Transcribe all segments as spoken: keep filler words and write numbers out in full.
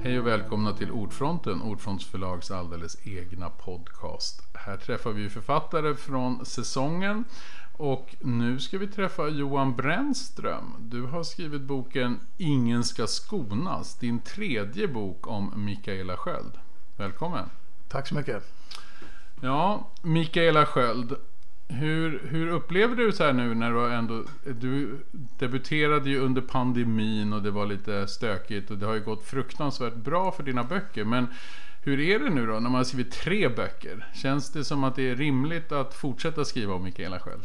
Hej och välkomna till Ordfronten, Ordfronts förlags alldeles egna podcast. Här träffar vi författare från säsongen och nu ska vi träffa Johan Brännström. Du har skrivit boken Ingen ska skonas, din tredje bok om Mikaela Sköld. Välkommen. Tack så mycket. Ja, Mikaela Sköld. Hur, hur upplever du så här nu när du ändå, du debuterade ju under pandemin och det var lite stökigt och det har ju gått fruktansvärt bra för dina böcker, men hur är det nu då när man har skrivit tre böcker? Känns det som att det är rimligt att fortsätta skriva om Mikaela Sköld?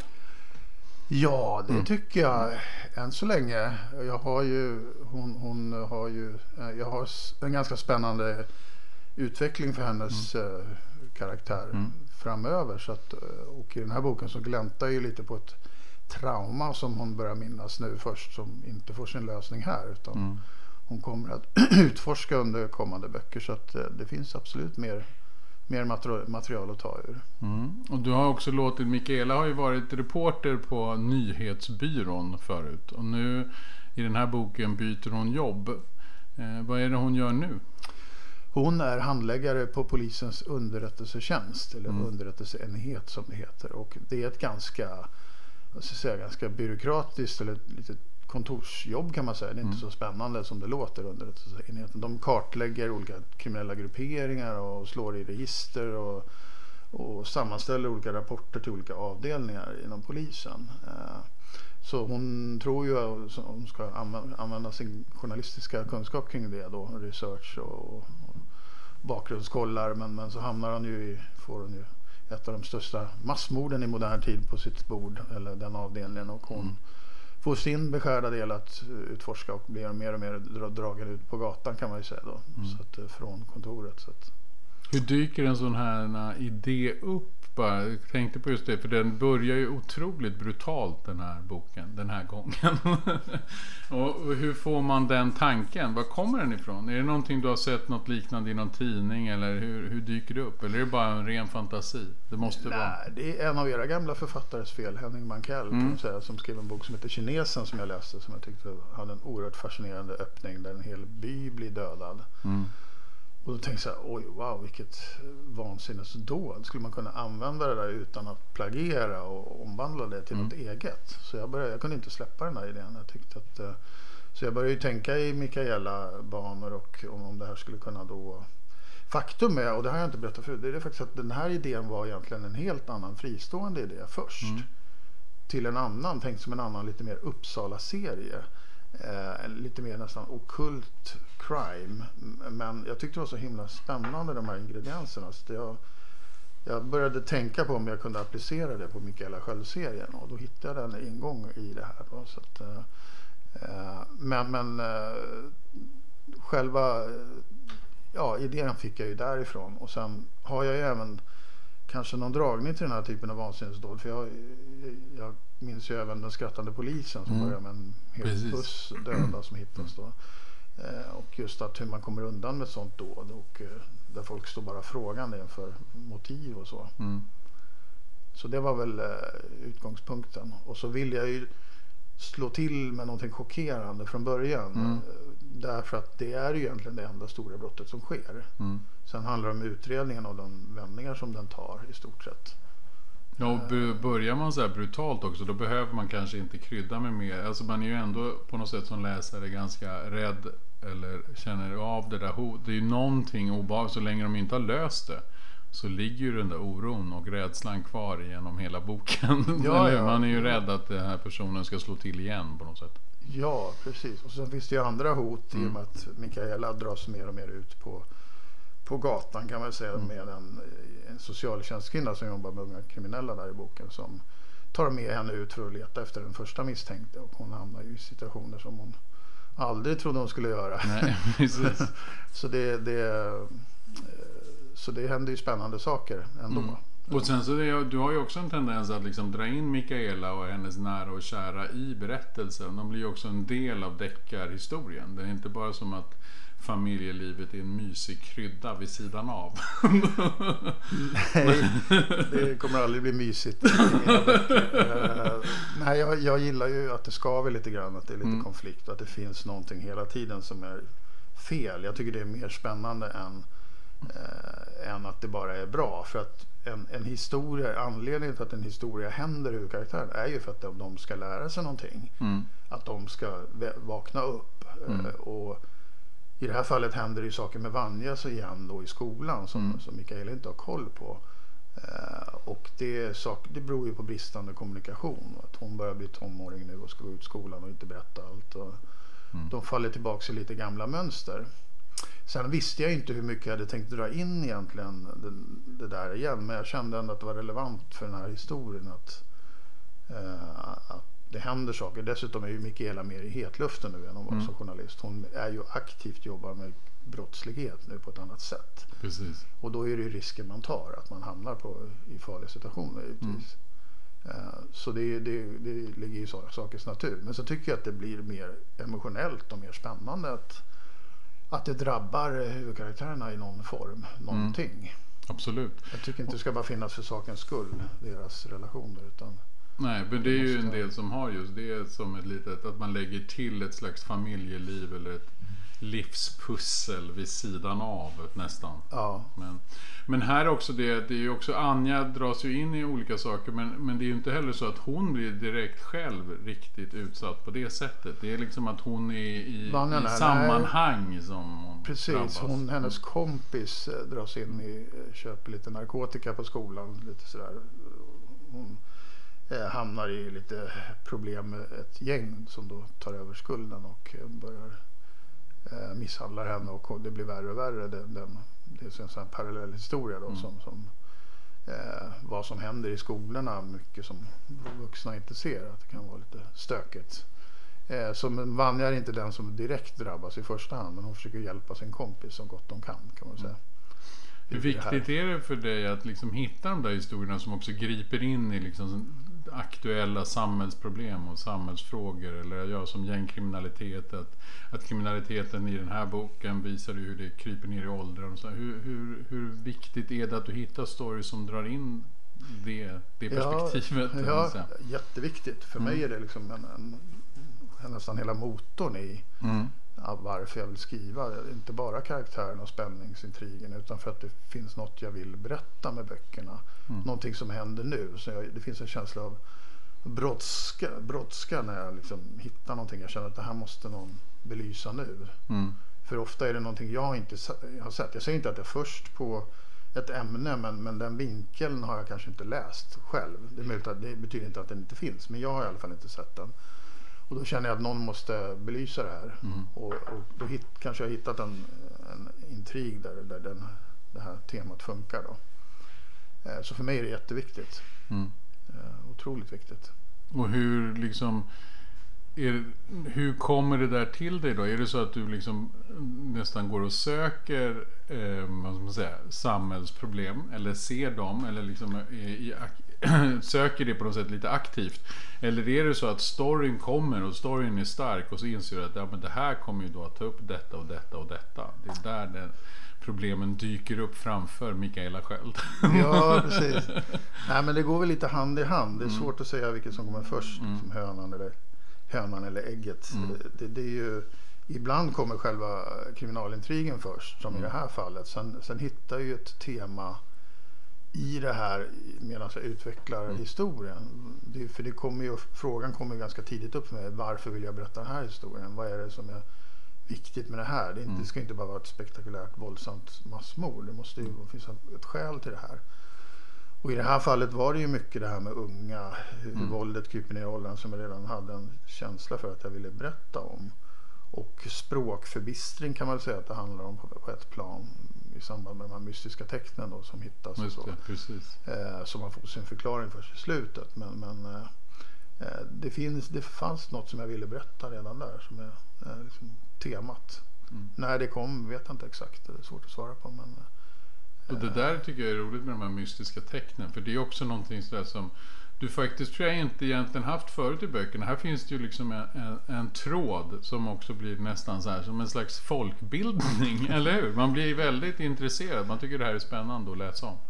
Ja, det Mm. tycker jag än så länge. Jag har ju, hon, hon har ju, jag har en ganska spännande utveckling för hennes mm. karaktär mm. framöver. Så att, och i den här boken så gläntar ju lite på ett trauma som hon börjar minnas nu först, som inte får sin lösning här, utan mm. hon kommer att utforska under kommande böcker. Så att det finns absolut mer mer material att ta ur. Mm. Och du har också låtit, Mikaela har ju varit reporter på nyhetsbyrån förut, och nu i den här boken byter hon jobb. Eh, vad är det hon gör nu? Hon är handläggare på polisens underrättelsetjänst, eller mm. underrättelseenhet som det heter, och det är ett ganska, vad ska jag säga, ganska byråkratiskt eller lite kontorsjobb kan man säga. Det är inte mm. så spännande som det låter under enheten. De kartlägger olika kriminella grupperingar och slår i register och, och sammanställer olika rapporter till olika avdelningar inom polisen. Så hon tror ju att hon ska använda sin journalistiska kunskap kring det då, research och, och bakgrundskollar, men, men så hamnar hon ju i, får hon ju ett av de största massmorden i modern tid på sitt bord, eller den avdelningen, och hon mm. får sin beskärda del att utforska och blir mer och mer dragen ut på gatan kan man ju säga då, mm. så att, från kontoret. Så att. Hur dyker en sån här idé upp? Jag tänkte på just det, för den börjar ju otroligt brutalt, den här boken, den här gången. Och hur får man den tanken? Var kommer den ifrån? Är det någonting du har sett något liknande i någon tidning, eller hur, hur dyker det upp? Eller är det bara en ren fantasi? Det måste Nej, vara... det är en av era gamla författares fel, Henning Mankell, mm. kan man säga, som skrev en bok som heter Kinesen, som jag läste, som jag tyckte hade en oerhört fascinerande öppning där en hel by blir dödad. Mm. Och då tänkte jag så här, oj, wow, vilket vansinnesdåd. Skulle man kunna använda det där utan att plagiera och omvandla det till mm. något eget? Så jag, började, jag kunde inte släppa den här idén. Jag tyckte att, så jag började ju tänka i Mikaela-banor och om, om det här skulle kunna då... Faktum är, och det har jag inte berättat förut, det är faktiskt att den här idén var egentligen en helt annan fristående idé först. Mm. Till en annan, tänkt som en annan lite mer Uppsala-serie. Eh, lite mer nästan ockult crime, men jag tyckte det var så himla spännande, de här ingredienserna, så jag, jag började tänka på om jag kunde applicera det på Mikaela Sköld-serien, och då hittade jag en ingång i det här då, så att, eh, men, men eh, själva ja, idén fick jag ju därifrån, och sen har jag ju även kanske någon dragning till den här typen av vansinnesdåd, för jag, jag minns ju även Den skrattande polisen som mm. börjar med en hel Precis. buss döda som hittas då. Eh, och just att hur man kommer undan med sånt dåd, och eh, där folk står bara frågande inför motiv och så. Mm. Så det var väl eh, utgångspunkten. Och så vill jag ju slå till med någonting chockerande från början. Mm. Eh, därför att det är ju egentligen det enda stora brottet som sker. Mm. Sen handlar det om utredningen och de vändningar som den tar i stort sett. Ja, och börjar man så här brutalt också, då behöver man kanske inte krydda med mer. Alltså man är ju ändå på något sätt som läsare ganska rädd eller känner av det där hot. Det är ju någonting obehagligt, så länge de inte har löst det så ligger ju den där oron och rädslan kvar genom hela boken. Ja, ja. Man är ju rädd att den här personen ska slå till igen på något sätt. Ja, precis. Och sen finns det ju andra hot mm. i och med att Mikaela dras mer och mer ut på på gatan kan man säga, mm. med en, en socialtjänstkvinna som jobbar med unga kriminella där i boken, som tar med henne ut för att leta efter den första misstänkte, och hon hamnar ju i situationer som hon aldrig trodde hon skulle göra. Nej, precis. så det, det så det händer ju spännande saker ändå. Mm. Och sen så det, du har ju också en tendens att liksom dra in Mikaela och hennes nära och kära i berättelsen. De blir ju också en del av deckarhistorien. Det är inte bara som att familjelivet är en mysig krydda vid sidan av. Nej, det kommer aldrig bli mysigt i mina böcker. Uh, nej, jag, jag gillar ju att det skaver lite grann, att det är lite mm. konflikt, att det finns någonting hela tiden som är fel. Jag tycker det är mer spännande än, eh, än att det bara är bra. För att en, en historia, anledningen till att en historia händer huvudkaraktären är ju för att de, de ska lära sig någonting. Mm. Att de ska vakna upp. Mm. Eh, och i det här fallet händer det ju saker med Vanja så igen då i skolan som, mm. som Mikaela inte har koll på. Uh, och det, sak, det beror ju på bristande kommunikation. Att hon börjar bli tonåring nu och ska gå ut skolan och inte berätta allt. Och mm. De faller tillbaka i lite gamla mönster. Sen visste jag inte hur mycket jag hade tänkt dra in egentligen det, det där igen. Men jag kände ändå att det var relevant för den här historien att, uh, att det händer saker. Dessutom är ju Mikaela mer i hetluften nu än hon var mm. som journalist. Hon är ju aktivt jobbar med brottslighet nu på ett annat sätt. Precis. Och då är det ju risken man tar att man hamnar på, i farliga situationer givetvis. Mm. Uh, så det, det, det ligger i sakens natur. Men så tycker jag att det blir mer emotionellt och mer spännande att, att det drabbar huvudkaraktärerna i någon form, någonting. Mm. Absolut. Jag tycker inte det ska bara finnas för sakens skull, deras relationer, utan nej, men det är ju en del som har just det som ett litet, att man lägger till ett slags familjeliv eller ett livspussel vid sidan av nästan. Ja. Men, men här också det, det är ju också, Anja dras ju in i olika saker, men, men det är ju inte heller så att hon blir direkt själv riktigt utsatt på det sättet. Det är liksom att hon är i, Vanna, i nej, sammanhang nej. Som hon precis, drabbas. Hon, hennes kompis dras in i, köper lite narkotika på skolan, lite sådär. Hon eh, hamnar i lite problem med ett gäng som då tar över skulden och eh, börjar eh, misshandla henne, och det blir värre och värre. Den, den, det är en sån här parallell historia då, mm. som, som eh, vad som händer i skolorna, mycket som vuxna inte ser, att det kan vara lite stökigt. Eh, så Vanja är inte den som direkt drabbas i första hand, men hon försöker hjälpa sin kompis så gott de kan, kan man säga. Mm. Hur viktigt är det för dig att liksom hitta de där historierna som också griper in i liksom aktuella samhällsproblem och samhällsfrågor, eller jag som gängkriminalitet, att, att kriminaliteten i den här boken visar hur det kryper ner i åldrar och så. Hur, hur, hur viktigt är det att du hittar stories som drar in det, det perspektivet? Ja, ja, jätteviktigt. För mm. mig är det liksom en, en, nästan hela motorn i mm. varför jag vill skriva. Inte bara karaktären och spänningsintrigen, utan för att det finns något jag vill berätta med böckerna. Mm. Någonting som händer nu. Så jag, det finns en känsla av brådska, brådska när jag liksom hittar någonting. Jag känner att det här måste någon belysa nu. Mm. För ofta är det någonting jag inte har sett. Jag säger inte att jag är först på ett ämne, men, men den vinkeln har jag kanske inte läst själv. Det, är möjligt att, det betyder inte att den inte finns, men jag har i alla fall inte sett den. Och då känner jag att någon måste belysa det här. Mm. Och, och då hit, kanske jag har hittat en, en intrig där, där den, det här temat funkar då. Eh, så för mig är det jätteviktigt. Mm. Eh, otroligt viktigt. Och hur liksom är, hur kommer det där till dig då? Är det så att du liksom nästan går och söker eh, vad ska man säga, samhällsproblem, eller ser dem, eller liksom är i söker det på något sätt lite aktivt, eller är det så att storyn kommer och storyn är stark och så inser du att ja, men det här kommer ju då att ta upp detta och detta och detta. Det är där den problemen dyker upp framför Mikaela Sköld. Ja, precis. Nej, men det går väl lite hand i hand. Det är mm. svårt att säga vilket som kommer först, mm. som hönan eller hönan eller ägget. Mm. Det, det är ju, ibland kommer själva kriminalintrigen först, som mm. i det här fallet. Sen, sen hittar ju ett tema i det här medan jag utvecklar mm. historien. Det, för det kommer ju, frågan kommer ju ganska tidigt upp för mig. Varför vill jag berätta den här historien? Vad är det som är viktigt med det här? Det, är inte, mm. det ska inte bara vara ett spektakulärt våldsamt massmord. Det måste ju mm. finnas ett skäl till det här. Och i det här fallet var det ju mycket det här med unga, hur mm. våldet kryper ner i åldern, som jag redan hade en känsla för att jag ville berätta om. Och språkförbistring kan man säga att det handlar om på, på ett plan i samband med de här mystiska tecknen då, som hittas. Just och så. Det, precis. Eh, så man får sin förklaring först i slutet. Men, men eh, det, finns, det fanns något som jag ville berätta redan där, som är eh, liksom temat. Mm. När det kom vet jag inte exakt, det är svårt att svara på. Men, eh, och det där tycker jag är roligt med de här mystiska tecknen, för det är också någonting sådär som du faktiskt tror jag inte egentligen haft förut i böckerna. Här finns det ju liksom en, en, en tråd som också blir nästan så här som en slags folkbildning, eller hur? Man blir väldigt intresserad. Man tycker det här är spännande att läsa om.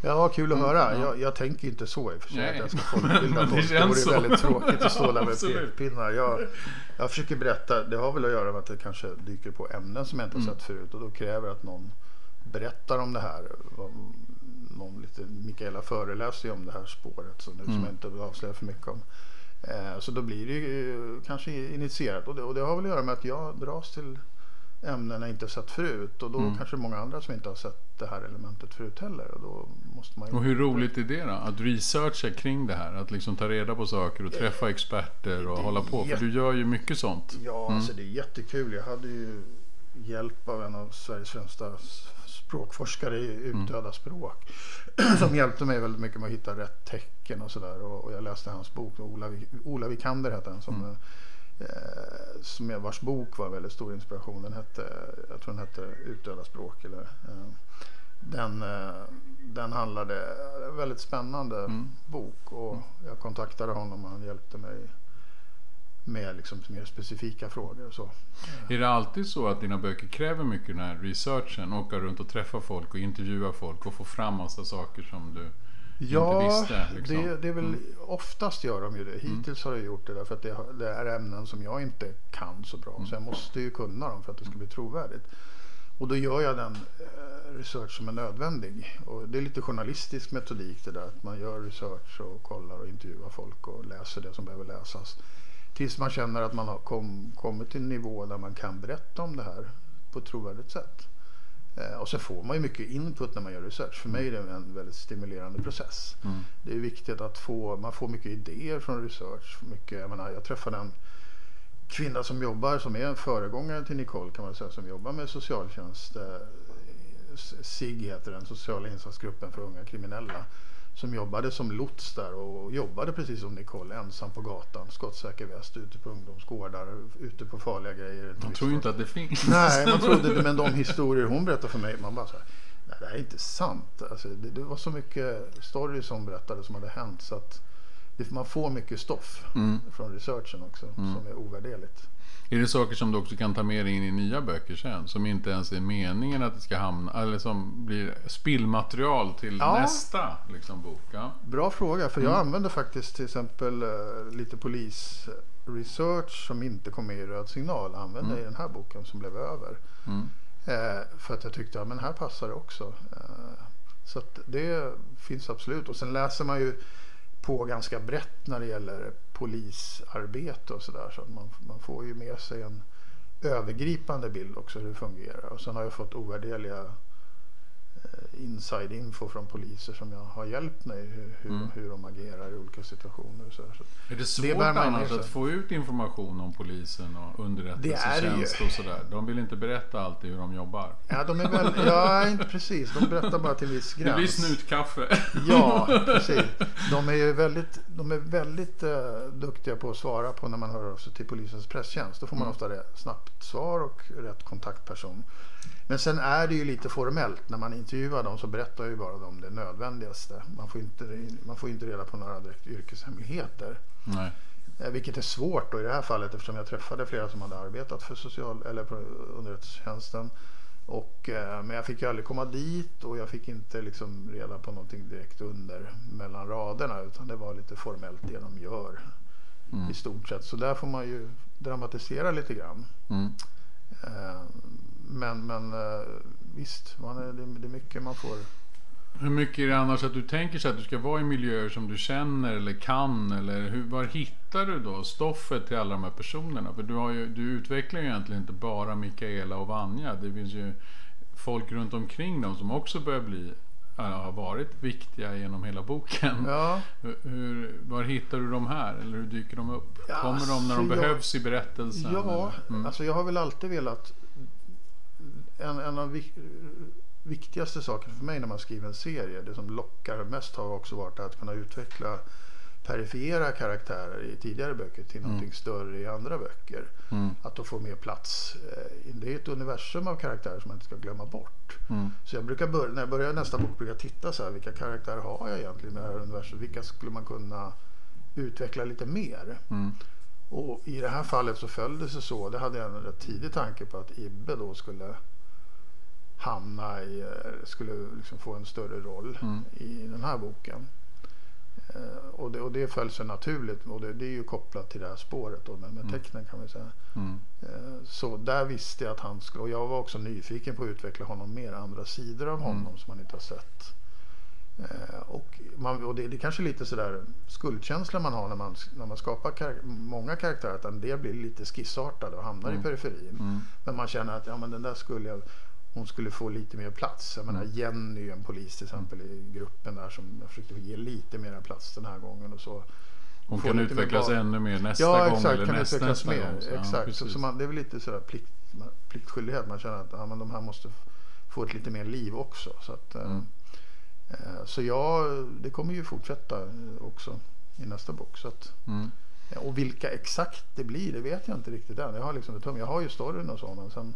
Ja, kul att höra. Mm, ja. jag, jag tänker inte så i och för sig Nej. att jag ska folkbilda Men folk. det Det vore känns så. väldigt tråkigt att stå där med Absolut. pekpinnar. Jag, jag försöker berätta, det har väl att göra med att det kanske dyker på ämnen som jag inte har Mm. sett förut och då kräver att någon berättar om det här. Någon lite, Mikaela föreläser ju om det här spåret så nu Mm. som jag inte vill avslöja för mycket om. Eh, så då blir det ju kanske initierat och det, och det har väl att göra med att jag dras till ämnen jag inte har sett förut och då Mm. kanske många andra som inte har sett det här elementet förut heller och då måste man ju... Och hur roligt är det då? Att researcha kring det här? Att liksom ta reda på saker och träffa experter och det är hålla på? För jätte- du gör ju mycket sånt. Ja, Mm. alltså det är jättekul. Jag hade ju hjälp av en av Sveriges främsta s- språkforskare i utdöda språk som hjälpte mig väldigt mycket med att hitta rätt tecken och sådär. Och, och jag läste hans bok, Ola, Ola Vikander hette den, som, Mm. eh, som jag, vars bok var en väldigt stor inspiration. Den hette, jag tror den hette Utdöda språk. Eller, eh, den, eh, den handlade, en väldigt spännande Mm. bok och jag kontaktade honom och han hjälpte mig med liksom mer specifika frågor och så. Är det alltid så att dina böcker kräver mycket den här researchen? Åka runt och träffa folk och intervjua folk och få fram massa saker som du Ja, inte visste? Liksom. det, det är väl Mm. oftast gör de ju det. Hittills har jag gjort det därför att det, har- det är ämnen som jag inte kan så bra. Mm. Så jag måste ju kunna dem för att det ska bli trovärdigt. Och då gör jag den eh, research som är nödvändig. Och det är lite journalistisk metodik det där. Att man gör research och kollar och intervjuar folk och läser det som behöver läsas. Tills man känner att man har kom, kommit till en nivå där man kan berätta om det här på ett trovärdigt sätt. Eh, och så får man ju mycket input när man gör research. För mig är det en väldigt stimulerande process. Mm. Det är viktigt att få, man får mycket idéer från research. Mycket, jag menar, jag träffade en kvinna som jobbar, som är en föregångare till Nicole kan man säga, som jobbar med socialtjänst. Eh, S I G heter den, sociala insatsgruppen för unga kriminella. Som jobbade som lots där och jobbade precis som Nicole, ensam på gatan, skottsäker väst, ute på ungdomsgårdar, ute på farliga grejer. Man tror ju inte att det finns. Nej, man trodde det, men de historier hon berättade för mig, man bara så här, nej det här är inte sant. Alltså, det, det var så mycket stories som berättade som hade hänt så att det, man får mycket stoff Mm. från researchen också Mm. som är ovärderligt. Är det saker som du också kan ta med dig in i nya böcker sen? Som inte ens är meningen att det ska hamna, eller som blir spillmaterial till Ja. nästa liksom, bok? Ja. Bra fråga, för jag Mm. använder faktiskt till exempel uh, lite polisresearch som inte kom med i Röd signal, använde Mm. i den här boken som blev över. Mm. Eh, för att jag tyckte, ja men här passar det också. Eh, så att det finns absolut. Och sen läser man ju på ganska brett när det gäller polisarbete och sådär. Så att man, man får ju med sig en övergripande bild också hur det fungerar. Och sen har jag fått ovärderliga eh, inside info från poliser som jag har hjälpt mig hur, hur, Mm. hur de agerar i olika situationer. Och så där. Så Är det svårt Det bär man med annars sig. att få ut information om polisen och underrättelsetjänst Det är och sådär? De vill inte berätta alltid hur de jobbar. ja, de är väl, ja, inte precis. De berättar bara till en viss gräns. Det blir snutkaffe. Ja, precis. De är ju väldigt, de är väldigt uh, duktiga på att svara på när man hör av sig till polisens presstjänst. Då får man Mm. ofta det, snabbt svar och rätt kontaktperson. Men sen är det ju lite formellt. När man intervjuar dem så berättar ju bara de det nödvändigaste. Man får inte, man får inte reda på några direkt yrkeshemligheter. Nej. Eh, Vilket är svårt då i det här fallet eftersom jag träffade flera som hade arbetat för social eller på underrättelsetjänsten. Och, eh, men jag fick ju aldrig komma dit och jag fick inte liksom reda på någonting direkt under mellan raderna utan det var lite formellt det de gör Mm. i stort sett. Så där får man ju dramatisera lite grann. Mm. Eh, men men eh, visst, man är, det, det är mycket man får. Hur mycket är det annars att du tänker sig att du ska vara i miljöer som du känner eller kan? Eller hur, var hittar du då stoffet till alla de här personerna? För du, har ju, du utvecklar ju egentligen inte bara Mikaela och Vanja. Det finns ju folk runt omkring dem som också börjar bli, äh, har varit viktiga genom hela boken. Ja. Hur, hur, var hittar du dem här? Eller hur dyker de upp? Ja, Kommer de när de så jag- behövs i berättelsen? Ja, eller? Mm. alltså jag har väl alltid velat en, en av vik, viktigaste sakerna för mig när man skriver en serie, det som lockar mest har också varit att kunna utveckla perifiera karaktärer i tidigare böcker till Mm. någonting större i andra böcker. Mm. Att de får mer plats. eh, Det är ett universum av karaktärer som man inte ska glömma bort. Mm. Så jag brukar börja, när jag börjar nästa bok brukar jag titta så här, vilka karaktärer har jag egentligen i det här universum? Vilka skulle man kunna utveckla lite mer? Mm. Och i det här fallet så föll det sig så, det hade jag en rätt tidig tanke på att Ibbe då skulle hamna i, skulle liksom få en större roll mm. i den här boken. Eh, och, det, och det föll sig naturligt, och det, det är ju kopplat till det här spåret då, med, med mm. tecknen kan vi säga. Mm. Eh, så där visste jag att han skulle, och jag var också nyfiken på att utveckla honom mer, andra sidor av honom mm. som man inte har sett. Eh, och man, och det, det är kanske lite sådär skuldkänsla man har när man, när man skapar kar- många karaktärer, att en del blir lite skissartade och hamnar mm. i periferin. Mm. Men man känner att ja, men den där skulle jag, hon skulle få lite mer plats. Jag menar, Jenny, en polis till exempel i gruppen där, som jag försökte ge lite mer plats den här gången och så. Hon kan utvecklas mer ännu mer nästa ja, gång exakt, eller kan nästa, utvecklas nästa mer. gång. Så, exakt, ja, så, så man, det är väl lite sådär plikt, pliktskyldighet. Man känner att ja, men de här måste få ett lite mer liv också. Så, att, mm. eh, så ja, det kommer ju fortsätta också i nästa bok. Så att, mm. och vilka exakt det blir, det vet jag inte riktigt än. Jag har liksom det tum. Jag har ju storyn och så, men sen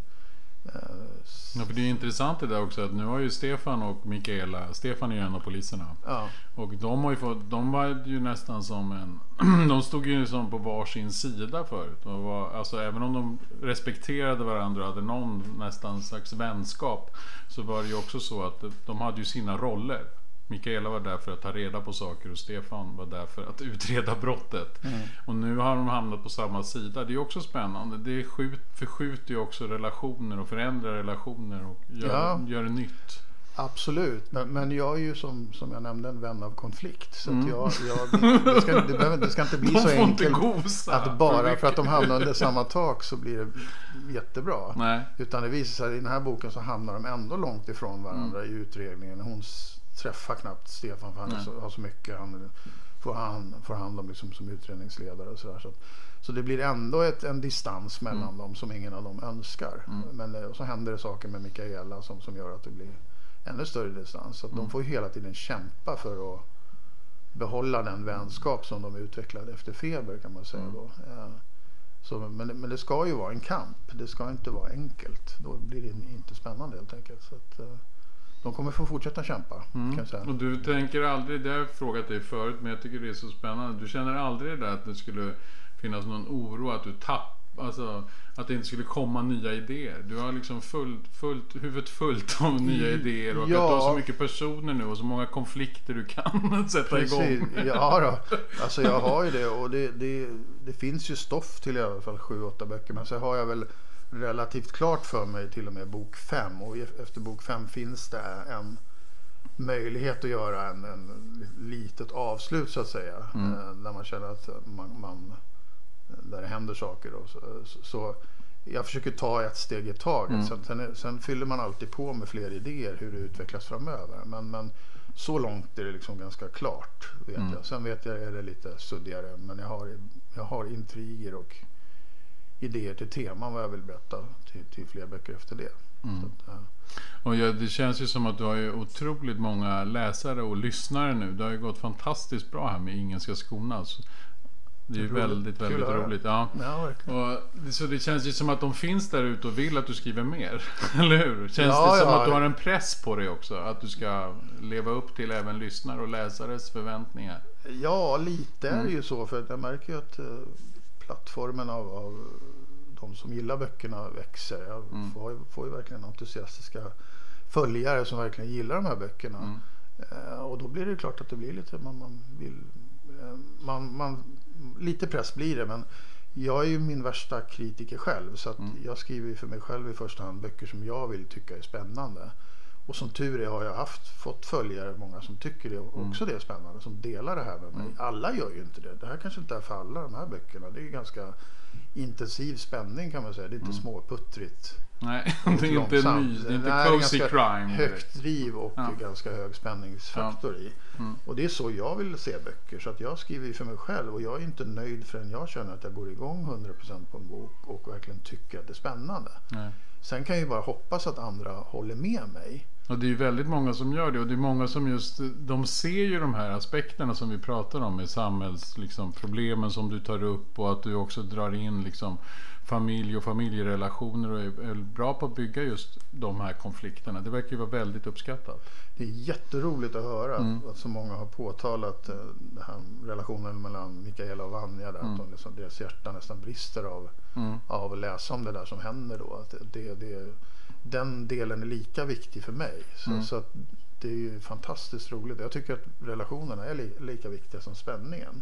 ja, för det är intressant det där också, att nu har ju Stefan och Mikaela, Stefan är ju en av poliserna, ja. och de har ju fått, de var ju nästan som en de stod ju som på varsin sida förut, och var, alltså även om de respekterade varandra och hade någon nästan slags vänskap, så var det ju också så att de hade ju sina roller. Mikaela var där för att ta reda på saker och Stefan var där för att utreda brottet. Mm. Och nu har de hamnat på samma sida. Det är också spännande. Det skjut, förskjuter ju också relationer och förändrar relationer och gör, ja. gör det nytt. Absolut, men, men jag är ju som, som jag nämnde en vän av konflikt. Så mm. att jag, jag, det, det, ska, det, behöver, det ska inte bli de så enkelt att bara för, för att de hamnar under samma tak så blir det jättebra. Nej. Utan det visar sig att i den här boken så hamnar de ändå långt ifrån varandra mm. i utredningen. Hon träffar knappt Stefan för han så, har så mycket han får, han, får hand om liksom som utredningsledare och sådär. Så, så det blir ändå ett, en distans mellan mm. dem som ingen av dem önskar. Mm. Men och så händer det saker med Mikaela som, som gör att det blir ännu större distans. Så att mm. de får ju hela tiden kämpa för att behålla den vänskap som de utvecklade efter Feber, kan man säga mm. då. Så, men, men det ska ju vara en kamp. Det ska inte vara enkelt. Då blir det inte spännande helt enkelt. Så att, de kommer få fortsätta kämpa. Mm. Kan jag säga. Och du tänker aldrig, det har jag frågat dig förut, men jag tycker det är så spännande. Du känner aldrig det där att det skulle finnas någon oro att du tappar, alltså att det inte skulle komma nya idéer. Du har liksom fullt, fullt, huvudet fullt av nya idéer och ja. att du har så mycket personer nu och så många konflikter du kan sätta Precis. igång. Ja då. Alltså jag har ju det, och det, det, det finns ju stoff till i alla fall sju, åtta böcker, men så har jag väl relativt klart för mig till och med bok fem, och efter bok fem finns det en möjlighet att göra en, en litet avslut så att säga, mm. där man känner att man, man där det händer saker då. Så, så jag försöker ta ett steg i taget. Mm. Sen, sen, sen fyller man alltid på med fler idéer hur det utvecklas framöver, men, men så långt är det liksom ganska klart, vet mm. jag. Sen vet jag är det lite suddigare, men jag har, jag har intriger och idéer till teman vad jag vill berätta till, till fler böcker efter det. Mm. Så att, ja. Och ja, det känns ju som att du har ju otroligt många läsare och lyssnare nu. Det har ju gått fantastiskt bra här med Ingen ska skonas. Det är ju väldigt, väldigt Kul roligt. Ja. Ja, och, så det känns ju som att de finns där ute och vill att du skriver mer. Eller hur? Känns ja, det som ja. att du har en press på dig också? Att du ska leva upp till även lyssnare och läsares förväntningar? Ja, lite mm. är det ju så. För jag märker ju att plattformen av, av de som gillar böckerna växer. Jag mm. får, får ju verkligen entusiastiska följare som verkligen gillar de här böckerna. Mm. Eh, och då blir det klart att det blir lite man, man vill eh, man, man, lite press blir det, men jag är ju min värsta kritiker själv, så att mm. jag skriver för mig själv i första hand böcker som jag vill tycka är spännande. Och som tur är har jag haft, fått följare, många som tycker det också mm. det är spännande, som delar det här med mig. Mm. Alla gör ju inte det. Det här kanske inte är för alla, de här böckerna. Det är ju ganska intensiv spänning, kan man säga. Det är inte mm. småputtrigt. Nej, det är inte ny, det är inte Nej, cozy crime. Högt driv och ja. ganska hög spänningsfaktor ja. i. Mm. Och det är så jag vill se böcker. Så att jag skriver för mig själv, och jag är inte nöjd förrän jag känner att jag går igång hundra procent på en bok och verkligen tycker att det är spännande. Nej. Sen kan jag ju bara hoppas att andra håller med mig. Och det är ju väldigt många som gör det, och det är många som just, de ser ju de här aspekterna som vi pratar om med samhälls, liksom, problemen som du tar upp, och att du också drar in liksom familj och familjerelationer och är bra på att bygga just de här konflikterna. Det verkar ju vara väldigt uppskattat. Det är jätteroligt att höra mm. att så många har påtalat uh, den här relationen mellan Mikaela och Vanja där, mm. att de, liksom, deras hjärta nästan brister av, mm. av att läsa om det där som händer då. Att det, det, den delen är lika viktig för mig. Så, Mm. så att det är ju fantastiskt roligt. Jag tycker att relationerna är li, lika viktiga som spänningen.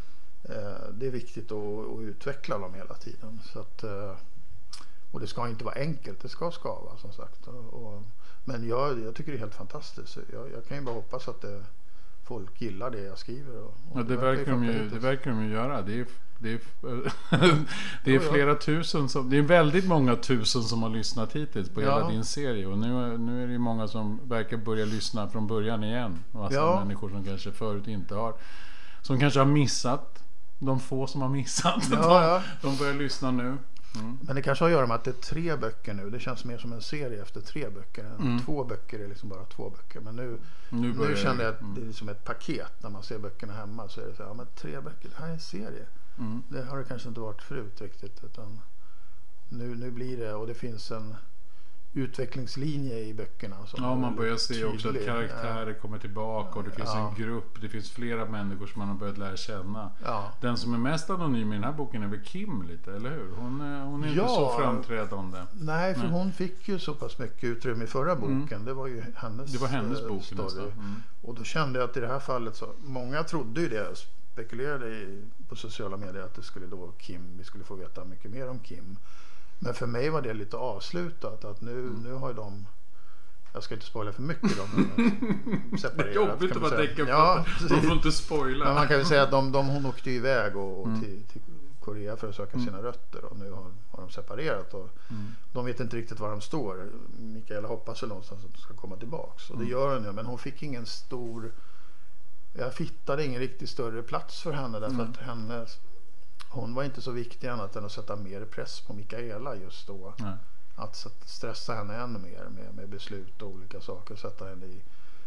Eh, det är viktigt att, att utveckla dem hela tiden. Så att, eh, och det ska inte vara enkelt, det ska skava som sagt. Och, och, men jag, jag tycker det är helt fantastiskt. Jag, jag kan ju bara hoppas att det, folk gillar det jag skriver. Och, och Ja, det, verkar de ju, det verkar de ju göra. Det är, det är, det är flera tusen som, det är väldigt många tusen som har lyssnat hittills på hela Ja. din serie. Och nu, nu är det ju många som verkar börja lyssna från början igen. Och alltså Ja. människor som kanske förut inte har, som kanske har missat. De få som har missat. Ja, de, ja. de börjar lyssna nu. Mm. Men det kanske har att göra med att det är tre böcker nu. Det känns mer som en serie efter tre böcker. Mm. Två böcker är liksom bara två böcker. Men nu, Nu, börjar, nu känner jag att mm. det är liksom ett paket. När man ser böckerna hemma så är det så här, ja men tre böcker, det här är en serie. Mm. Det har det kanske inte varit förut riktigt. Utan nu, nu blir det, och det finns en utvecklingslinje i böckerna. Som Ja, är man börjar väldigt se också att tydlig. karaktärer kommer tillbaka och det finns Ja. en grupp, det finns flera människor som man har börjat lära känna. Ja. Den som är mest anonym i den här boken är väl Kim lite, eller hur? Hon är, hon är inte Ja. så framträdande. Nej, för Nej. hon fick ju så pass mycket utrymme i förra boken. Mm. Det var ju hennes, Det var hennes eh, bok story. nästan. Mm. Och då kände jag att i det här fallet så, många trodde ju det, spekulerade i, på sociala medier att det skulle då Kim, vi skulle få veta mycket mer om Kim. Men för mig var det lite avslutat, att nu, Mm. nu har ju de, jag ska inte spoila för mycket, de separerat. Jobbigt kan att man vara säga. däcken Ja, för man får inte spoila. men man kan väl säga att de, de, hon åkte ju iväg och, och Mm. till, till Korea för att söka Mm. sina rötter, och nu har, har de separerat och Mm. de vet inte riktigt var de står. Mikaela hoppas väl någonstans att de ska komma tillbaks, och det Mm. gör hon ju, men hon fick ingen stor, jag hittade ingen riktigt större plats för henne därför Mm. att henne, hon var inte så viktig annat än att sätta mer press på Mikaela just då. Nej. Att sätt- stressa henne ännu mer med, med beslut och olika saker, sätta henne i,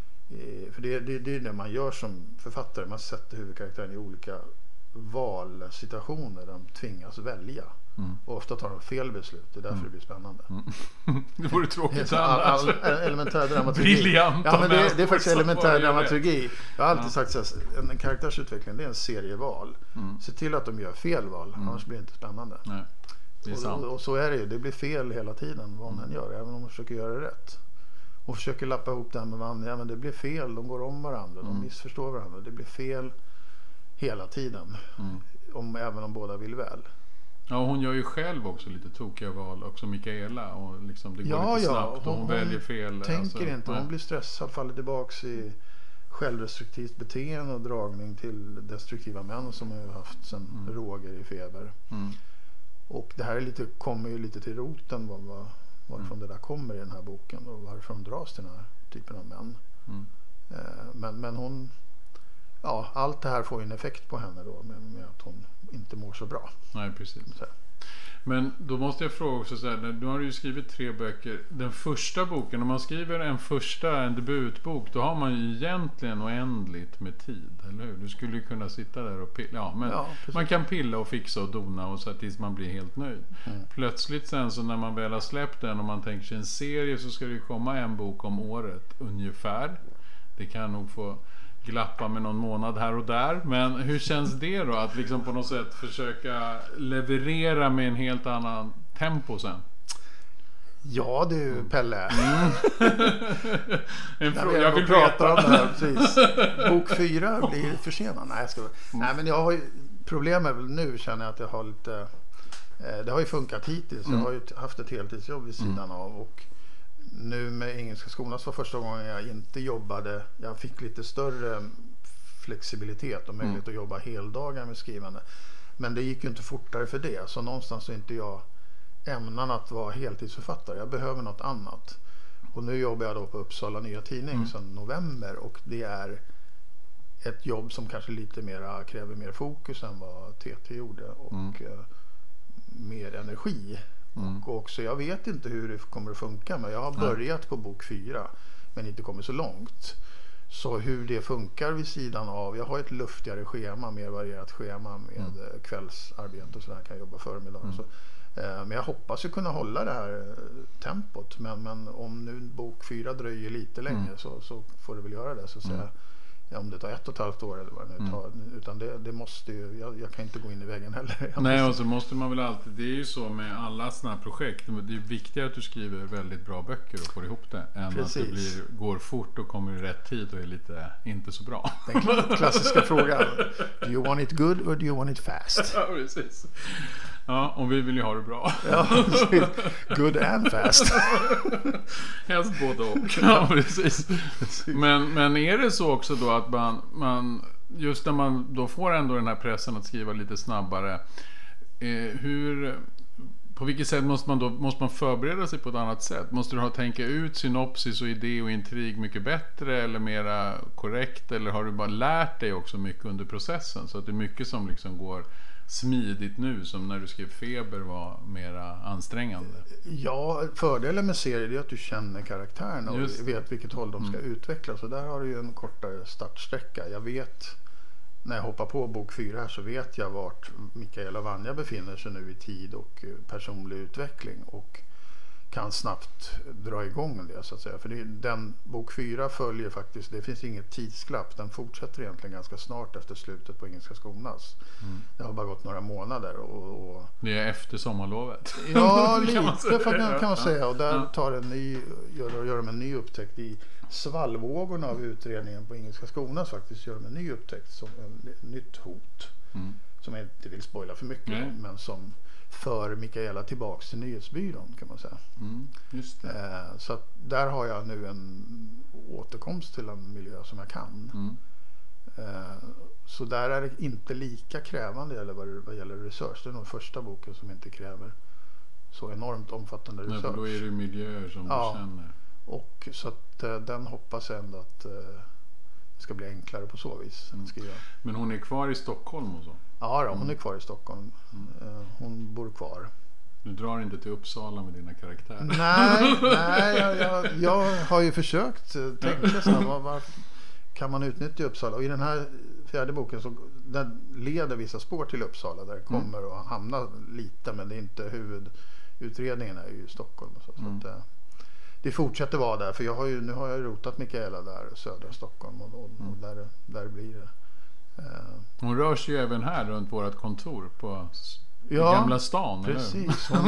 i för det, det, det är det man gör som författare, man sätter huvudkaraktären i olika valsituationer där de tvingas välja. Mm. Och ofta tar de fel beslut, det är därför Mm. det blir spännande. Mm. Det vore tråkigt all, annars. all, elementär dramaturgi. Briljant. Ja, men det, det är folk faktiskt som elementär börjar dramaturgi. Jag har alltid Ja. sagt så här, en, en karaktärsutveckling, det är en serieval. Mm. Se till att de gör fel val, Mm. annars blir det inte spännande. Nej, det är Och, sant. och, och så är det ju, det blir fel hela tiden vad hon Mm. än gör, även om hon försöker göra det rätt. Och försöker lappa ihop det här med varandra, ja men det blir fel, de går om varandra, Mm. de missförstår varandra, det blir fel hela tiden. Mm. Om, även om båda vill väl. Ja, hon gör ju själv också lite tokiga val, också Mikaela, och liksom det går Ja, lite ja, snabbt och hon, hon- väljer fel. Tänker alltså, inte, hon nej. blir stressad, faller tillbaks i självdestruktivt beteende och dragning till destruktiva män som har ju haft sen Mm. Roger i feber. Mm. Och det här är lite, kommer ju lite till roten vad, vad, varifrån Mm. det där kommer i den här boken och varför de dras till den här typen av män. Mm. Eh, Men, men hon, ja, allt det här får ju en effekt på henne då med, med att hon inte mår så bra. Nej, precis. Så här. Men då måste jag fråga också så här, nu har du ju skrivit tre böcker. Den första boken, om man skriver en första, en debutbok, då har man ju egentligen oändligt med tid, eller hur? Du skulle ju kunna sitta där och pilla, ja, men Ja, precis. man kan pilla och fixa och dona och så här tills man blir helt nöjd. Mm. Plötsligt sen så när man väl har släppt den och man tänker sig en serie, så ska det ju komma en bok om året ungefär. Det kan nog få glappa med någon månad här och där, men hur känns det då att liksom på något sätt försöka leverera med en helt annan tempo sen? Ja du Pelle. En När fråga, vi jag ändå vill pratar prata. om det här, precis. Bok fyra blir försenad. Nej, jag ska... Nej, men jag har ju, problemet är väl nu, känner jag att jag har lite, eh, det har ju funkat hittills. Mm. Jag har ju haft ett heltidsjobb vid sidan Mm. av, och nu med Engelska skolan så var första gången jag inte jobbade, jag fick lite större flexibilitet och möjlighet Mm. att jobba heldagar med skrivande. Men det gick ju inte fortare för det, så någonstans är inte jag ämnan att vara heltidsförfattare. Jag behöver något annat. Och nu jobbar jag då på Uppsala Nya Tidning Mm. sedan november, och det är ett jobb som kanske lite mera kräver mer fokus än vad T T gjorde, och Mm. eh, mer energi. Mm. Och också, jag vet inte hur det kommer att funka, men jag har Nej. börjat på bok fyra men inte kommit så långt. Så hur det funkar vid sidan av, jag har ett luftigare schema, mer varierat schema med Mm. mm. kvällsarbete och sådär, kan jag jobba förmiddagen. Mm. Så, eh, men jag hoppas ju kunna hålla det här eh, tempot, men, men om nu bok fyra dröjer lite längre Mm. så, så får det väl göra det, så att säga. Mm. ja, om det tar ett och ett halvt år eller vad det nu tar. Mm. Utan det, det måste ju, jag, jag kan inte gå in i väggen heller. Nej, och så måste man väl alltid, det är ju så med alla såna här projekt, det är viktigare att du skriver väldigt bra böcker och får ihop det, än Precis. Att det blir, går fort och kommer i rätt tid och är lite inte så bra. Den klassiska frågan, do you want it good or do you want it fast? Ja, precis. Ja, och vi vill ju ha det bra. Ja, precis. Good and fast. Helst både och. Ja, precis. Men, men är det så också då att man, man just när man då får ändå den här pressen att skriva lite snabbare, eh, hur, på vilket sätt måste man då måste man förbereda sig på ett annat sätt? Måste du ha tänka ut synopsis och idé och intrig mycket bättre eller mera korrekt, eller har du bara lärt dig också mycket under processen så att det är mycket som liksom går smidigt nu som när du skrev Feber var mera ansträngande? Ja, fördelen med serier är att du känner karaktärerna och Just. vet vilket håll de ska mm. utvecklas, och där har du ju en kortare startsträcka. Jag vet, när jag hoppar på bok fyra här, så vet jag vart Mikaela och Vanja befinner sig nu i tid och personlig utveckling, och kan snabbt dra igång det så att säga. För det, den bok fyra följer faktiskt, det finns inget tidsglapp, den fortsätter egentligen ganska snart efter slutet på Engelska skonas. Mm. Det har bara gått några månader. Och, och... Det är efter sommarlovet. Ja, lite kan man säga, kan man säga. Och där tar en ny, gör, gör de en ny upptäckt i svallvågorna av utredningen på Engelska skonas, faktiskt gör de en ny upptäckt som ett nytt hot. Mm. Som jag inte vill spoila för mycket om, men som för Mikaela tillbaks till nyhetsbyrån kan man säga. Mm, just det. Eh, så att där har jag nu en återkomst till en miljö som jag kan. Mm. Eh, så där är det inte lika krävande eller vad, vad gäller research. Det är nog första boken som inte kräver så enormt omfattande research. Nej, då är det miljöer som ja, du känner. Och så att eh, den hoppas jag ändå att eh, det ska bli enklare på så vis. Mm. Skriva. Men hon är kvar i Stockholm och så? Ja, då, hon är kvar i Stockholm. Mm. Hon bor kvar. Du drar inte till Uppsala med dina karaktärer? Nej, nej jag, jag, jag har ju försökt tänka så här, var, var kan man utnyttja Uppsala? Och i den här fjärde boken så den leder vissa spår till Uppsala där det kommer mm. att hamna lite, men det är inte huvudutredningen är ju i Stockholm. Så, mm. så att, det fortsätter vara där, för jag har ju, nu har jag rotat Mikaela där södra Stockholm och, och, och där, där blir det. Hon rör sig ju även här runt vårt kontor på ja, Gamla stan. Precis. Hon,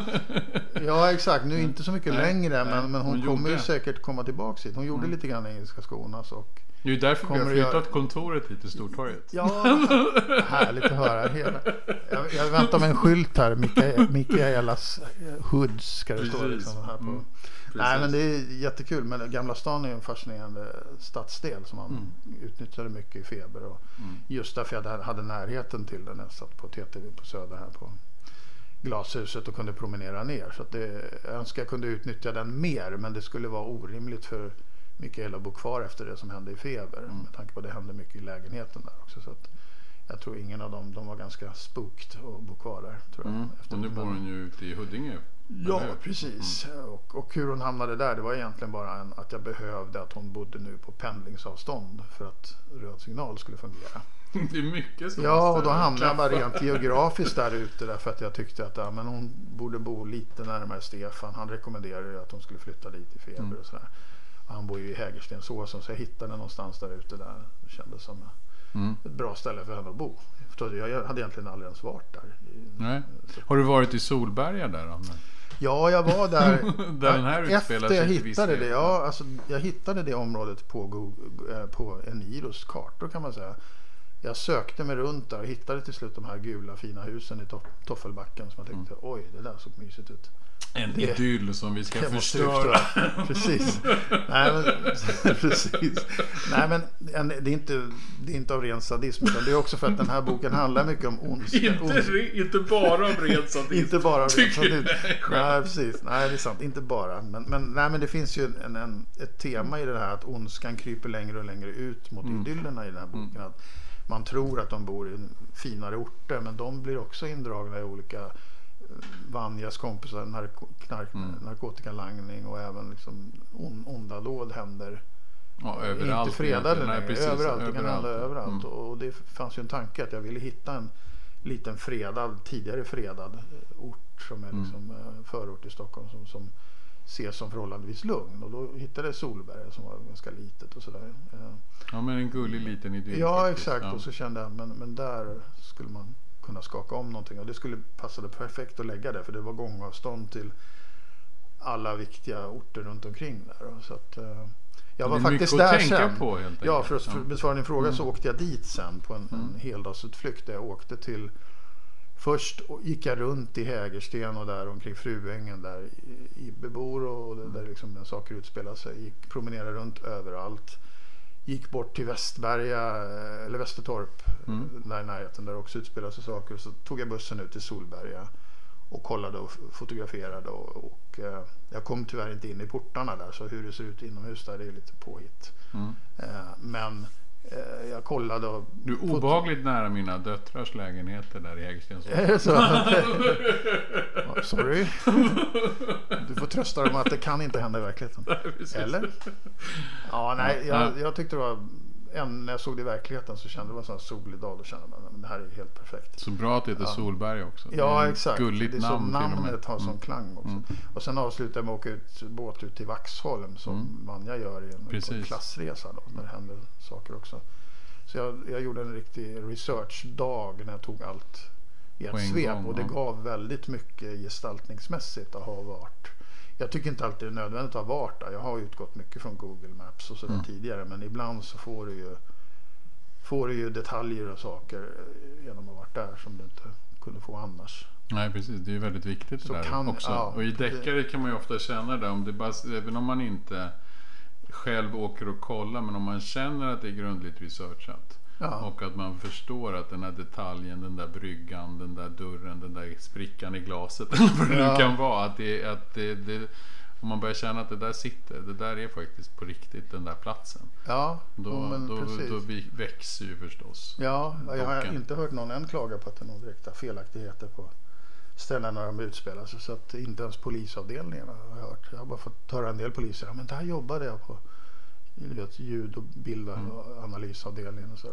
ja, exakt. Nu inte så mycket nej, längre, nej, men, men hon, hon kommer ju säkert komma tillbaka hit. Hon gjorde mm. lite grann i Engelska skonas och det är ju därför vi har flyttat jag... kontoret hit till Stortorget. Ja, härligt att höra. Hela. Jag, jag väntar med en skylt här. Mika, Mikaelas hoods ska det Precis. Stå liksom här på. Mm. Nej, men det är jättekul. Men Gamla stan är en fascinerande stadsdel som man mm. utnyttjade mycket i Feber. Och mm. just därför jag hade närheten till den. Jag satt på T T V på Söder här på Glashuset och kunde promenera ner. Så att det, jag önskar jag kunde utnyttja den mer. Men det skulle vara orimligt för Mikaela bo kvar efter det som hände i Feber. Mm. Med tanke på att det hände mycket i lägenheten där också. Så att jag tror ingen av dem, de var ganska spooked att bo kvar där. Tror jag, mm. Och nu bor hon ju ute i Huddinge. Ja, precis. Mm. Och, och hur hon hamnade där, det var egentligen bara en, att jag behövde att hon bodde nu på pendlingsavstånd för att röd signal skulle fungera. Det är mycket som ja, och då hamnade jag bara rent geografiskt där ute därför att jag tyckte att ja, men hon borde bo lite närmare Stefan. Han rekommenderade ju att hon skulle flytta dit i Feber mm. och sådär. Han bor ju i Hägerstensåsen, så jag hittade någonstans där ute där. Det kändes som mm. ett bra ställe för henne att bo. Jag hade egentligen aldrig ens varit där. Nej. Har du varit i Solberga där då? Ja, jag var där, där den här efter jag hittade det. Ja, alltså, jag hittade det området på, Google, på Eniros kartor kan man säga. Jag sökte mig runt där och hittade till slut de här gula fina husen i Toffelbacken som jag tänkte, mm. oj, det där såg mysigt ut. En det, idyll som vi ska förstöra. Precis. Nej, men, precis. Nej, men det är, inte, det är inte av ren sadism, utan det är också för att den här boken handlar mycket om ondska. Inte, ondska. inte bara om ren sadism. Inte bara av ren sadism. Nej, precis. Nej, det är sant. Inte bara. Men, men, nej, men det finns ju en, en, ett tema i det här att ondskan kryper längre och längre ut mot mm. idyllerna i den här boken. Att man tror att de bor i finare orter, men de blir också indragna i olika Vanjas kompisar, narko- knark- mm. narkotikalangning och även liksom on- onda dåd händer. Ja, överallt. Inte fredade nej, precis, överallt. Det kan hända överallt. Mm. Och det fanns ju en tanke att jag ville hitta en liten fredad, tidigare fredad ort som är liksom mm. förort i Stockholm som, som ses som förhållandevis lugn. Och då hittade jag Solberga som var ganska litet och sådär. Ja, men en gullig liten idyll. Ja, faktiskt. exakt. Ja. Och så kände jag, men, men där skulle man kunna skaka om någonting. Och det skulle passa det perfekt att lägga det, för det var gångavstånd till alla viktiga orter runt omkring där. Så att, jag var faktiskt där sen. På, helt ja, för att ja. besvara din fråga mm. så åkte jag dit sen på en, mm. en heldagsutflykt där jag åkte till. Först gick jag runt i Hägersten och där omkring Fruängen där i, i Bebor och där, där liksom när saker utspelar sig. Gick promenerade runt överallt. Gick bort till Västberga eller Västertorp mm. där i närheten där också utspelar sig saker. Så tog jag bussen ut till Solberga och kollade och fotograferade och, och eh, jag kom tyvärr inte in i portarna där, så hur det ser ut inomhus där, det är lite påhitt. Mm. Eh, men eh, jag kollade och... Du är obehagligt fot- nära mina döttrars lägenheter där i Hägersten. Är det så? oh, sorry. Du får trösta dem att det kan inte hända i verkligheten. Eller? Ja, nej, jag, jag tyckte det var... Än när jag såg det i verkligheten så kände det var en sån solig dag. Då kände man att det här är helt perfekt. Så bra att det heter ja. Solberg också. Ja, exakt. Gulligt det är namn. Så namnet har sån mm. klang också. Mm. Och sen avslutade jag med att åka ut, båt ut till Vaxholm som mm. Vanja gör i en, en klassresa då, när det händer saker också. Så jag, jag gjorde en riktig researchdag när jag tog allt i ett svep. Gång, och det ja. gav väldigt mycket gestaltningsmässigt att ha varit. Jag tycker inte alltid det är nödvändigt att ha varit där. Jag har utgått mycket från Google Maps och sådär mm. tidigare. Men ibland så får du ju får du ju detaljer och saker genom att ha varit där som du inte kunde få annars. Nej, precis. Det är ju väldigt viktigt det så där kan, också. Ja, och i deckare kan man ju ofta känna det. Om det bara, även om man inte själv åker och kollar. Men om man känner att det är grundligt researchat. Ja. Och att man förstår att den här detaljen, den där bryggan, den där dörren, den där sprickan i glaset eller vad det ja. kan vara, att det, att det, det, om man börjar känna att det där sitter, det där är faktiskt på riktigt den där platsen. Ja, då, men då, precis. då växer ju förstås. Ja, jag har inte hört någon än klaga på att det är några direkta felaktigheter på ställen när de utspelar sig, så att inte ens polisavdelningen har jag hört. Jag har bara fått höra en del poliser, ja, men där jobbade jag på vet, ljud- och bildanalysavdelningen och så.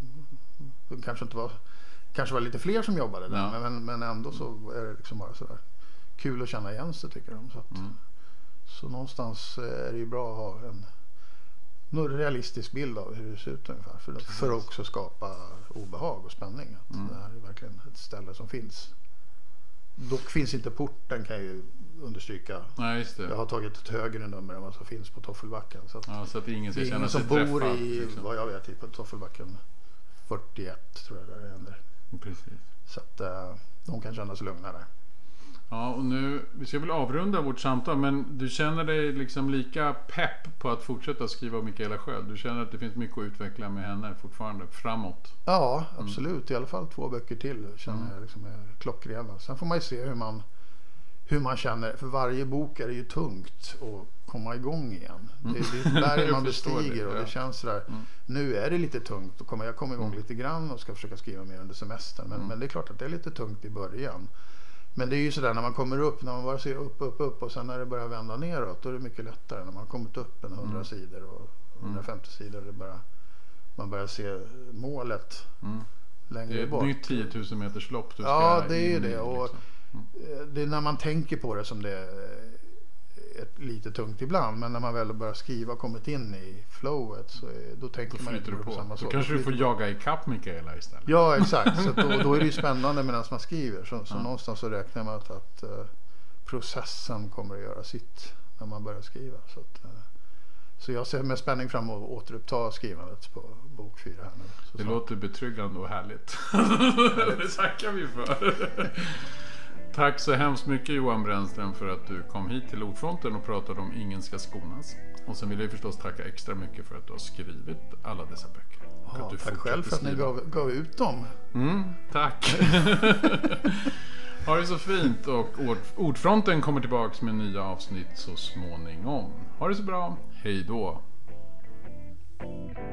Det kanske inte var kanske var lite fler som jobbade där, ja. men, men ändå så är det liksom bara sådär kul att känna igen sig, tycker de. Så, att, mm. så någonstans är det ju bra att ha en någon realistisk bild av hur det ser ut ungefär, för, för att också skapa obehag och spänning. Att mm. det här är verkligen ett ställe som finns. Dock finns inte porten, kan jag ju understryka. Nej, just det. Jag har tagit ett högre nummer än vad som finns på Toffelbacken. Så att, ja, så att ingen ska det är känna ingen sig som bor träffad, i, liksom. vad jag vet, på Toffelbacken fyrtioett tror jag där det händer. Precis. Så att uh, de kan känna sig lugna där. Ja, och nu, vi ska väl avrunda vårt samtal, men du känner dig liksom lika pepp på att fortsätta skriva om Mikaela Sköld? Du känner att det finns mycket att utveckla med henne fortfarande framåt? Ja, absolut. Mm. I alla fall två böcker till känner mm. jag liksom är klockrena. Sen får man ju se hur man, hur man känner. För varje bok är det ju tungt att komma igång igen. Mm. Det, det är där man bestiger det, ja. Och det känns sådär. Mm. Nu är det lite tungt att komma, jag kommer igång mm. lite grann och ska försöka skriva mer under semestern. Men, mm. men det är klart att det är lite tungt i början. Men det är ju sådär när man kommer upp, när man bara ser upp, upp, upp och sen när det börjar vända neråt, då är det mycket lättare. När man har kommit upp en hundra mm. sidor och hundrafemtio mm. sidor, det bara, man börjar se målet mm. längre bort. Det är ett nytt tiotusen meters lopp du ska. Ja, det är ju det. Liksom. Och mm. det är när man tänker på det som det är ett lite tungt ibland, men när man väl börjar skriva och kommit in i flowet, så är, då tänker då man inte på, på samma sak. Då kanske du får jaga i kapp Mikaela istället. Ja, exakt. Så då, då är det ju spännande medan man skriver. Så, så ja. någonstans så räknar man att, att uh, processen kommer att göra sitt när man börjar skriva. Så, att, uh, så jag ser med spänning fram emot att återuppta skrivandet på bok fyra här nu. Så det så. låter betryggande och härligt. Det tackar vi för. Tack så hemskt mycket Johan Brännström för att du kom hit till Ordfronten och pratade om Ingen ska skonas. Och sen vill jag förstås tacka extra mycket för att du har skrivit alla dessa böcker. Ja, tack själv för att ni gav, gav ut dem. Mm, tack. Ha det så fint, och Ordfronten kommer tillbaks med nya avsnitt så småningom. Ha det så bra, hej då.